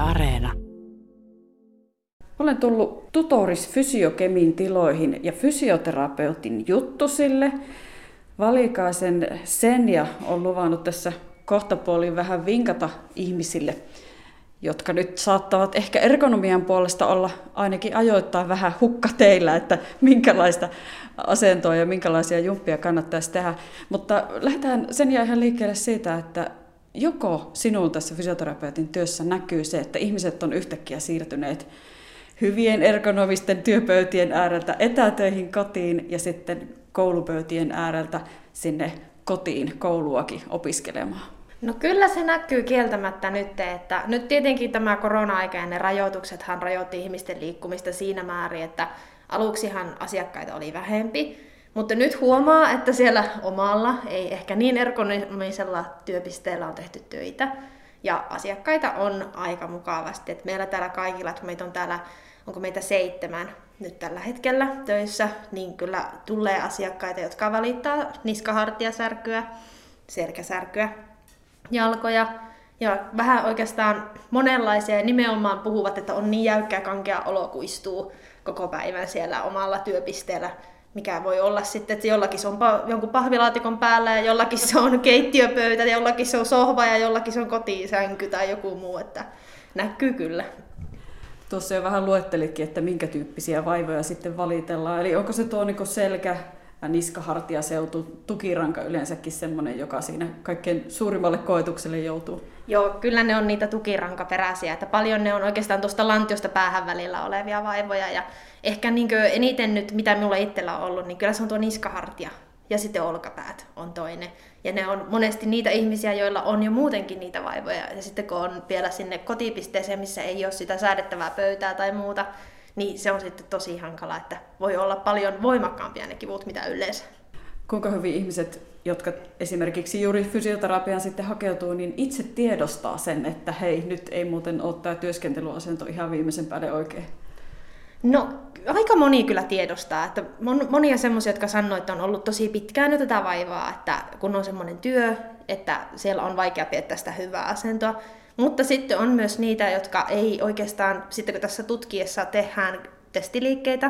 Areena. Olen tullut Tutoris Fysiokemin tiloihin ja fysioterapeutin Juttusille. Valikaisen Senja on luvannut tässä kohtapuoliin vähän vinkata ihmisille, jotka nyt saattavat ehkä ergonomian puolesta olla ainakin ajoittain vähän hukkateillä, että minkälaista asentoa ja minkälaisia jumppia kannattaisi tehdä. Mutta lähdetään Senja ihan liikkeelle siitä, että joko sinun tässä fysioterapeutin työssä näkyy se, että ihmiset on yhtäkkiä siirtyneet hyvien ergonomisten työpöytien ääreltä etätöihin kotiin ja sitten koulupöytien ääreltä sinne kotiin kouluakin opiskelemaan? No kyllä se näkyy kieltämättä nyt, että nyt tietenkin tämä korona-aika ja ne rajoituksethan rajoitti ihmisten liikkumista siinä määrin, että aluksihan asiakkaita oli vähempi, mutta nyt huomaa, että siellä omalla, ei ehkä niin ergonomisella työpisteellä on tehty töitä ja asiakkaita on aika mukavasti, että meillä täällä kaikilla, että meitä on täällä, onko meitä 7 nyt tällä hetkellä töissä, niin kyllä tulee asiakkaita, jotka valittaa niskahartiasärkyä, selkäsärkyä, jalkoja ja vähän oikeastaan monenlaisia ja nimenomaan puhuvat, että on niin jäykkä kankea olo, kun istuu koko päivän siellä omalla työpisteellä, mikä voi olla sitten, että jollakin se on jonkun pahvilaatikon päällä ja jollakin se on keittiöpöytä, jollakin se on sohva ja jollakin se on kotisänky tai joku muu, että näkyy kyllä. Tuossa jo vähän luettelitkin, että minkä tyyppisiä vaivoja sitten valitellaan, eli onko se tuo niin selkä, niskahartiaseutu, tukiranka yleensäkin semmoinen, joka siinä kaikkein suurimmalle koetukselle joutuu? Joo, kyllä ne on niitä tukirankaperäisiä, että paljon ne on oikeastaan tuosta lantiosta päähän välillä olevia vaivoja ja ehkä niin eniten nyt, mitä minulla itsellä on ollut, niin kyllä se on tuo niskahartia ja sitten olkapäät on toinen. Ja ne on monesti niitä ihmisiä, joilla on jo muutenkin niitä vaivoja ja sitten kun on vielä sinne kotipisteeseen, missä ei ole sitä säädettävää pöytää tai muuta, niin se on sitten tosi hankala, että voi olla paljon voimakkaampia ne kivut mitä yleensä. Kuinka hyvin ihmiset, jotka esimerkiksi juuri fysioterapiaan sitten hakeutuu, niin itse tiedostaa sen, että hei, nyt ei muuten ole tämä työskentelyasento ihan viimeisen päälle oikein? No, aika moni kyllä tiedostaa, että monia semmoisia, jotka sanoo, että on ollut tosi pitkään jo tätä vaivaa, että kun on semmoinen työ, että siellä on vaikea piettää sitä hyvää asentoa. Mutta sitten on myös niitä, jotka ei oikeastaan, sitten kun tässä tutkiessa tehdään testiliikkeitä,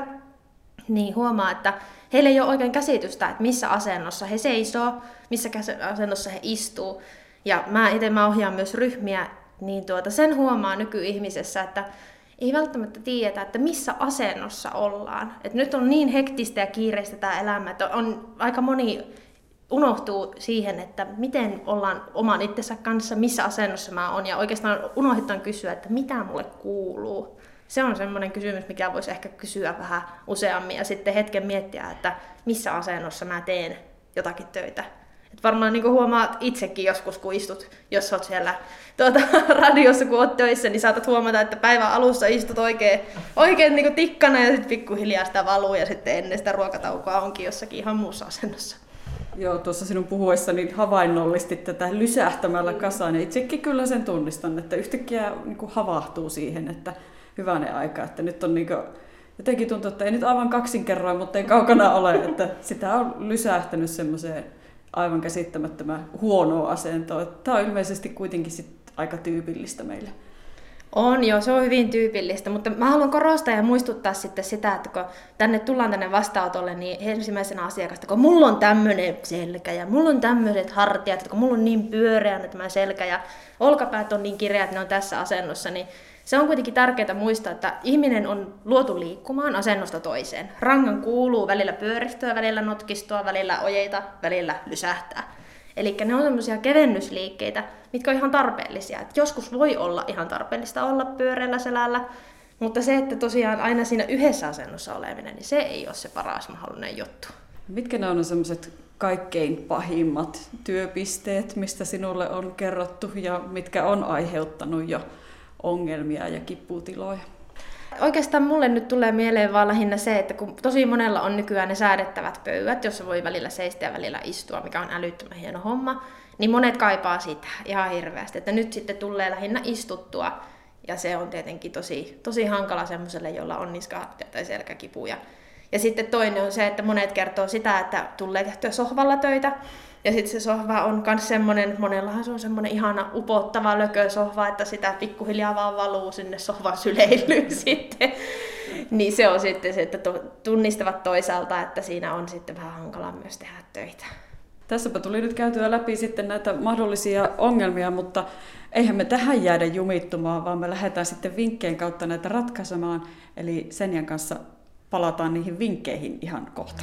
niin huomaa, että heillä ei ole oikein käsitystä, että missä asennossa he seisoo, missä asennossa he istuu. Ja mä ohjaan myös ryhmiä, niin sen huomaa nykyihmisessä, että ei välttämättä tiedetä, että missä asennossa ollaan. Et nyt on niin hektistä ja kiireistä tämä elämä, että on aika moni unohtuu siihen, että miten ollaan oman itsensä kanssa, missä asennossa mä oon, ja oikeastaan unohdetaan kysyä, että mitä mulle kuuluu. Se on semmoinen kysymys, mikä voisi ehkä kysyä vähän useammin, ja sitten hetken miettiä, että missä asennossa mä teen jotakin töitä. Et varmaan niin huomaat itsekin joskus, kun istut, jos oot siellä radiossa, kun oot töissä, niin saatat huomata, että päivän alussa istut oikein niin tikkana, ja sitten pikkuhiljaa sitä valuu, ja sitten ennen sitä ruokataukoa onkin jossakin ihan muussa asennossa. Joo, tuossa sinun puhuessani havainnollistit tätä lysähtämällä kasaan, ja itsekin kyllä sen tunnistan, että yhtäkkiä niin havahtuu siihen, että hyvänen aika, että nyt on jotenkin tuntuu, että ei nyt aivan kaksinkerroin, mutta ei kaukana ole, että sitä on lysähtänyt semmoiseen aivan käsittämättömän huonoa asentoa. Tämä on ilmeisesti kuitenkin aika tyypillistä meille. On joo, se on hyvin tyypillistä, mutta mä haluan korostaa ja muistuttaa sitten sitä, että kun tullaan tänne vastaanotolle, niin ensimmäisenä asiakasta, kun mulla on tämmöinen selkä ja mulla on tämmöiset hartiat, että kun mulla on niin pyöreä tämä selkä ja olkapäät on niin kireät, että ne on tässä asennossa, niin se on kuitenkin tärkeää muistaa, että ihminen on luotu liikkumaan asennosta toiseen. Rangan kuuluu välillä pyöristyä, välillä notkistua, välillä ojeita, välillä lysähtää. Eli ne on semmoisia kevennysliikkeitä, mitkä on ihan tarpeellisia. Et joskus voi olla ihan tarpeellista olla pyöreällä selällä, mutta se, että tosiaan aina siinä yhdessä asennossa oleminen, niin se ei ole se paras mahdollinen juttu. Mitkä ne on semmoiset kaikkein pahimmat työpisteet, mistä sinulle on kerrottu ja mitkä on aiheuttanut jo ongelmia ja kiputiloja? Oikeastaan mulle nyt tulee mieleen vaan lähinnä se, että kun tosi monella on nykyään ne säädettävät pöydät, jossa voi välillä seistä ja välillä istua, mikä on älyttömän hieno homma, niin monet kaipaa sitä ihan hirveästi, että nyt sitten tulee lähinnä istuttua, ja se on tietenkin tosi hankala semmoiselle, jolla on niskahartia tai selkäkipuja. Ja sitten toinen on se, että monet kertoo sitä, että tulee tehtyä sohvalla töitä, Ja sitten se sohva on myös semmoinen, monellahan se on semmoinen ihana upottava lökösohva, että sitä pikkuhiljaa vaan valuu sinne sohvan syleilyyn sitten. Niin se on sitten se, että tunnistavat toisaalta, että siinä on sitten vähän hankala myös tehdä töitä. Tässäpä tuli nyt käytyä läpi sitten näitä mahdollisia ongelmia, mutta eihän me tähän jäädä jumittumaan, vaan me lähdetään sitten vinkkeen kautta näitä ratkaisemaan. Eli Senjan kanssa palataan niihin vinkkeihin ihan kohta.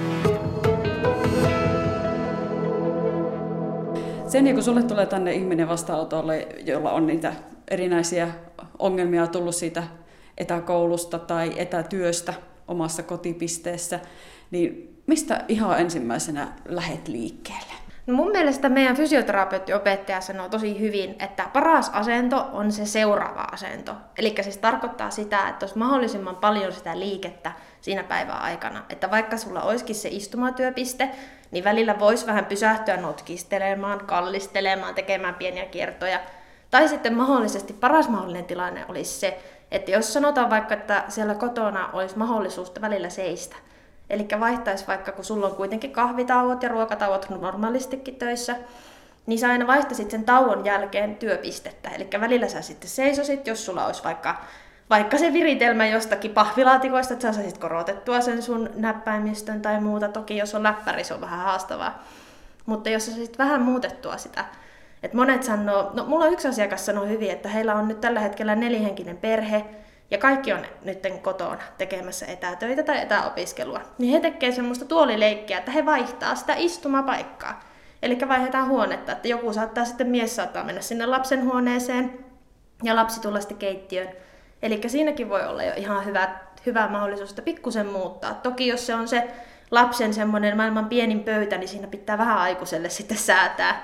Senja, kun sulle tulee tänne ihminen vastaanotolle, jolla on niitä erinäisiä ongelmia tullut siitä etäkoulusta tai etätyöstä omassa kotipisteessä, niin mistä ihan ensimmäisenä lähet liikkeelle? No mun mielestä meidän fysioterapeuttiopettaja sanoo tosi hyvin, että paras asento on se seuraava asento. Eli siis tarkoittaa sitä, että olisi mahdollisimman paljon sitä liikettä siinä päivän aikana. Että vaikka sulla olisikin se istumatyöpiste, niin välillä voisi vähän pysähtyä notkistelemaan, kallistelemaan, tekemään pieniä kiertoja. Tai sitten mahdollisesti paras mahdollinen tilanne olisi se, että jos sanotaan vaikka, että siellä kotona olisi mahdollisuus välillä seistä. Eli vaihtaisi vaikka, kun sulla on kuitenkin kahvitauot ja ruokatauot normaalistikin töissä, niin sä aina vaihtaisit sen tauon jälkeen työpistettä. Eli välillä sä sitten seisosit, jos sulla olisi vaikka se viritelmä jostakin pahvilaatikoista, että sä saisit korotettua sen sun näppäimistön tai muuta. Toki jos on läppäri, se on vähän haastavaa. Mutta jos sä saisit vähän muutettua sitä. Että monet sanoo, no mulla on yksi asiakas sanoo hyvin, että heillä on nyt tällä hetkellä 4-henkinen perhe, ja kaikki on nyt kotona tekemässä etätöitä tai etäopiskelua, niin he tekevät semmoista tuolileikkiä, että he vaihtaa sitä istumapaikkaa. Eli vaihdetaan huonetta, että joku mies saattaa mennä sinne lapsen huoneeseen ja lapsi tulla sitten keittiöön. Eli siinäkin voi olla jo ihan hyvä mahdollisuus, että pikkusen muuttaa. Toki jos se on se lapsen semmoinen maailman pienin pöytä, niin siinä pitää vähän aikuiselle sitten säätää.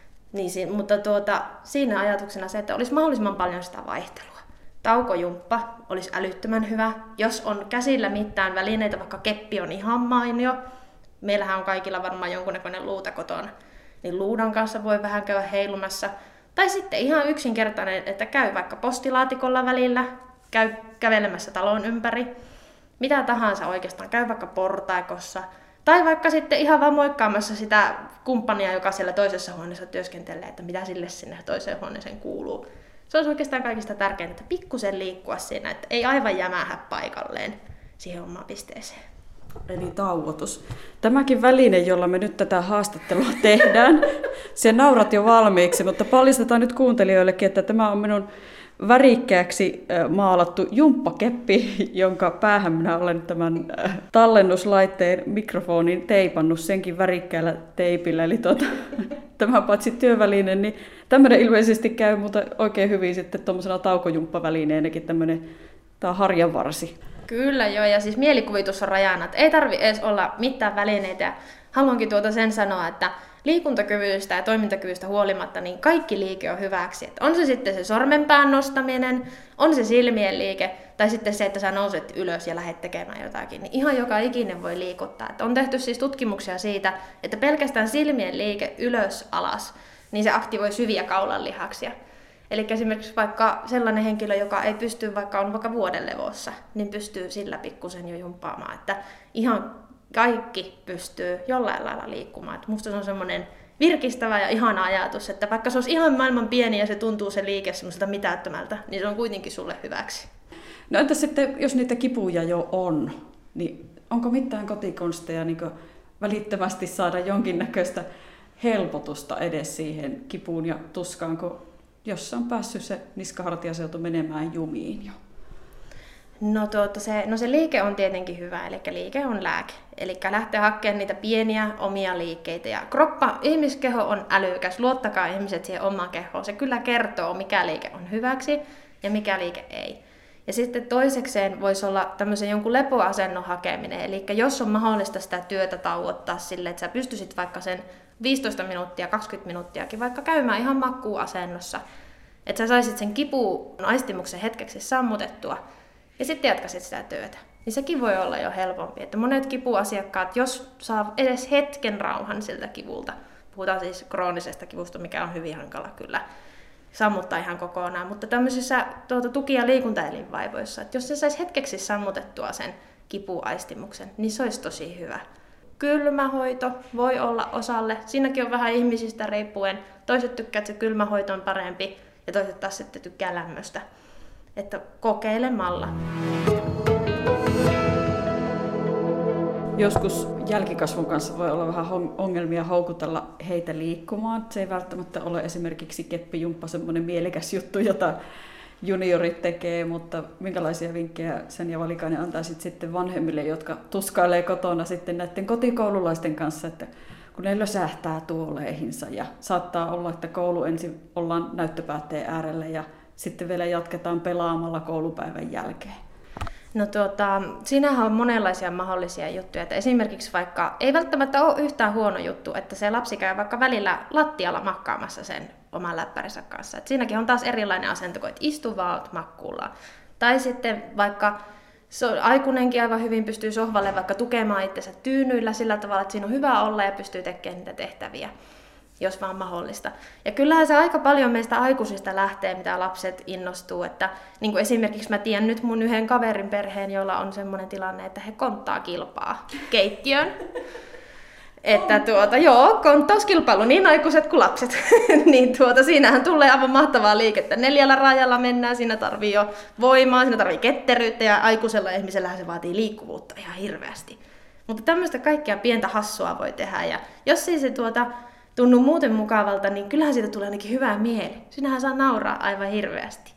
Mutta siinä ajatuksena se, että olisi mahdollisimman paljon sitä vaihtelua. Taukojumppa olisi älyttömän hyvä. Jos on käsillä mitään välineitä, vaikka keppi on ihan mainio. Meillähän on kaikilla varmaan jonkunnäköinen luuta kotona. Niin luudan kanssa voi vähän käydä heilumassa. Tai sitten ihan yksinkertainen, että käy vaikka postilaatikolla välillä, käy kävelemässä talon ympäri. Mitä tahansa oikeastaan, käy vaikka portaikossa. Tai vaikka sitten ihan vaan moikkaamassa sitä kumppania, joka siellä toisessa huoneessa työskentelee, että mitä sille sinne toiseen huoneeseen kuuluu. Se olisi oikeastaan kaikista tärkeintä, että pikkusen liikkua siinä, että ei aivan jämähä paikalleen siihen omaan pisteeseen. Eli tauotus. Tämäkin väline, jolla me nyt tätä haastattelua tehdään, se naurat jo valmiiksi, mutta paljastetaan nyt kuuntelijoillekin, että tämä on minun värikkääksi maalattu jumppakeppi, jonka päähän minä olen tämän tallennuslaitteen mikrofonin teipannut senkin värikkäällä teipillä. Eli tämä paitsi työväline, niin tämmöinen ilmeisesti käy mutta oikein hyvin sitten tuommoisena taukojumppavälineenäkin tämmöinen, tämä on harjanvarsi. Kyllä joo, ja siis mielikuvitus on rajana, että ei tarvitse edes olla mitään välineitä. Haluankin sen sanoa, että liikuntakyvystä ja toimintakyvystä huolimatta, niin kaikki liike on hyväksi. Että on se sitten se sormenpään nostaminen, on se silmien liike, tai sitten se, että sä nouset ylös ja lähdet tekemään jotakin, niin ihan joka ikinen voi liikuttaa. Että on tehty siis tutkimuksia siitä, että pelkästään silmien liike ylös alas, niin se aktivoi syviä kaulan lihaksia. Eli esimerkiksi vaikka sellainen henkilö, joka ei pysty, vaikka on vaikka vuoden levossa, niin pystyy sillä pikkusen jo jumppaamaan. Että ihan kaikki pystyy jollain lailla liikkumaan. Että musta se on semmoinen virkistävä ja ihana ajatus, että vaikka se olisi ihan maailman pieni ja se tuntuu se liike semmoiselta mitättömältä, niin se on kuitenkin sulle hyväksi. No entäs sitten, jos niitä kipuja jo on, niin onko mitään kotikonsteja niin välittömästi saada jonkinnäköistä helpotusta edes siihen kipuun ja tuskaan, kun jos on päässyt se niskahartiaseutu menemään jumiin jo? No se liike on tietenkin hyvä, eli liike on lääke. Eli lähtee hakemaan niitä pieniä omia liikkeitä. Ja ihmiskeho on älykäs, luottakaa ihmiset siihen omaan kehoon. Se kyllä kertoo, mikä liike on hyväksi ja mikä liike ei. Ja sitten toisekseen voisi olla tämmöisen jonkun lepoasennon hakeminen. Eli jos on mahdollista sitä työtä tauottaa sille, että sä pystyisit vaikka sen 15 minuuttia, 20 minuuttiakin vaikka käymään ihan makkuuasennossa. Että sä saisit sen kipuaistimuksen hetkeksi sammutettua ja sitten jatkaisit sitä työtä. Niin sekin voi olla jo helpompi. Että monet kipuasiakkaat, jos saa edes hetken rauhan siltä kivulta, puhutaan siis kroonisesta kivusta, mikä on hyvin hankala kyllä sammuttaa ihan kokonaan, mutta tämmöisissä tuki- ja liikuntaelinvaivoissa, että jos se saisi hetkeksi sammutettua sen kipuaistimuksen, niin se olisi tosi hyvä. Kylmähoito voi olla osalle. Siinäkin on vähän ihmisistä riippuen. Toiset tykkää, että se kylmähoito on parempi ja toiset taas sitten tykkää lämmöstä. Että kokeilemalla. Joskus jälkikasvun kanssa voi olla vähän ongelmia houkutella heitä liikkumaan. Se ei välttämättä ole esimerkiksi keppijumppa semmoinen mielekäs juttu, jota juniorit tekee, mutta minkälaisia vinkkejä sen ja Valikainen antaisit sitten vanhemmille, jotka tuskailee kotona sitten näiden kotikoululaisten kanssa, että kun ne lösähtää tuoleihinsa ja saattaa olla, että koulu ensin ollaan näyttöpäätteen äärellä ja sitten vielä jatketaan pelaamalla koulupäivän jälkeen. No siinähän on monenlaisia mahdollisia juttuja. Että esimerkiksi vaikka ei välttämättä ole yhtään huono juttu, että se lapsi käy vaikka välillä lattialla makkaamassa sen oman läppärinsä kanssa. Et siinäkin on taas erilainen asento, kun et istu vaan makkuullaan. Tai sitten vaikka aikuinenkin aivan hyvin pystyy sohvalle vaikka tukemaan itsensä tyynyillä sillä tavalla, että siinä on hyvä olla ja pystyy tekemään niitä tehtäviä, jos vaan mahdollista. Ja kyllähän se aika paljon meistä aikuisista lähtee, mitä lapset innostuu. Että, niin kuin esimerkiksi mä tiedän nyt mun yhden kaverin perheen, jolla on semmoinen tilanne, että he konttaa kilpaa keittiön. Että konttauskilpailu, niin aikuiset kuin lapset. Niin siinähän tulee aivan mahtavaa liikettä. 4 rajalla mennään, siinä tarvii jo voimaa, siinä tarvii ketteryyttä ja aikuisella ihmisellähän se vaatii liikkuvuutta ihan hirveästi. Mutta tämmöistä kaikkea pientä hassua voi tehdä ja jos ei se tunnu muuten mukavalta, niin kyllähän siitä tulee ainakin hyvää mieli. Sinähän saa nauraa aivan hirveästi.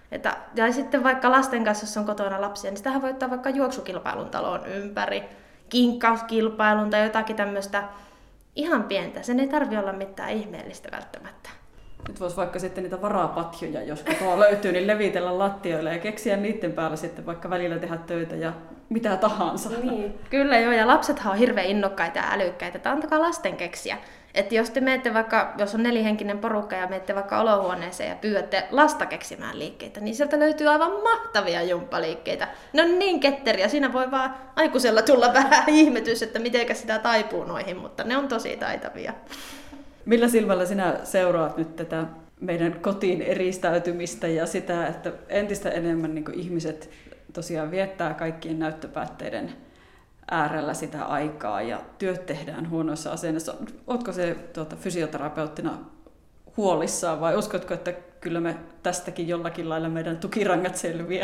Ja sitten vaikka lasten kanssa, jos on kotona lapsia, niin sitähän voi ottaa vaikka juoksukilpailun taloon ympäri, kinkkauskilpailun tai jotakin tämmöistä ihan pientä. Sen ei tarvitse olla mitään ihmeellistä välttämättä. Nyt voisi vaikka sitten niitä varapatjoja, jos kotoa löytyy, niin levitellä lattioille ja keksiä niiden päällä sitten vaikka välillä tehdä töitä ja mitä tahansa. Niin. Kyllä joo, ja lapsethan on hirveän innokkaita ja älykkäitä, että antakaa lasten keksiä. Että jos te menette vaikka, jos on 4-henkinen porukka ja menette vaikka olohuoneeseen ja pyydätte lasta keksimään liikkeitä, niin sieltä löytyy aivan mahtavia jumppaliikkeitä. Ne on niin ketteriä, siinä voi vaan aikuisella tulla vähän ihmetys, että mitenkä sitä taipuu noihin, mutta ne on tosi taitavia. Millä silmällä sinä seuraat nyt tätä meidän kotiin eristäytymistä ja sitä, että entistä enemmän niin kuin ihmiset tosiaan viettää kaikkien näyttöpäätteiden äärellä sitä aikaa ja työt tehdään huonoissa asennoissa. Oletko se fysioterapeuttina huolissaan vai uskotko, että kyllä me tästäkin jollakin lailla meidän tukirangat selviää?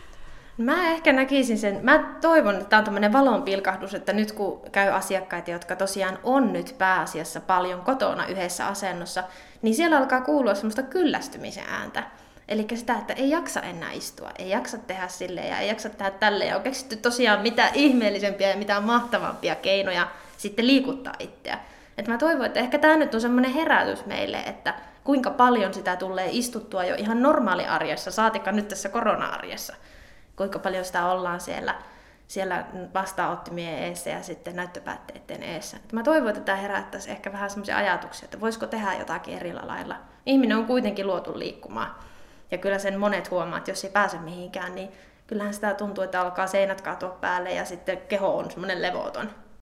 Mä ehkä näkisin sen, mä toivon, että tämä on tämmöinen valonpilkahdus, että nyt kun käy asiakkaita, jotka tosiaan on nyt pääasiassa paljon kotona yhdessä asennossa, niin siellä alkaa kuulua semmoista kyllästymisen ääntä. Eli sitä, että ei jaksa enää istua, ei jaksa tehdä silleen ja ei jaksa tehdä tälleen. Ja on keksitty tosiaan mitä ihmeellisempiä ja mitä mahtavampia keinoja sitten liikuttaa itseä. Et mä toivon, että ehkä tämä nyt on semmoinen herätys meille, että kuinka paljon sitä tulee istuttua jo ihan normaaliarjessa, saatikka nyt tässä korona-arjessa. Kuinka paljon sitä ollaan siellä vastaanottimien eessä ja sitten näyttöpäätteiden eessä. Et mä toivon, että tämä herättäisi ehkä vähän semmoisia ajatuksia, että voisiko tehdä jotakin eri lailla. Ihminen on kuitenkin luotu liikkumaan. Ja kyllä sen monet huomaa, että jos ei pääse mihinkään, niin kyllähän sitä tuntuu, että alkaa seinät kaatua päälle ja sitten keho on semmoinen levoton.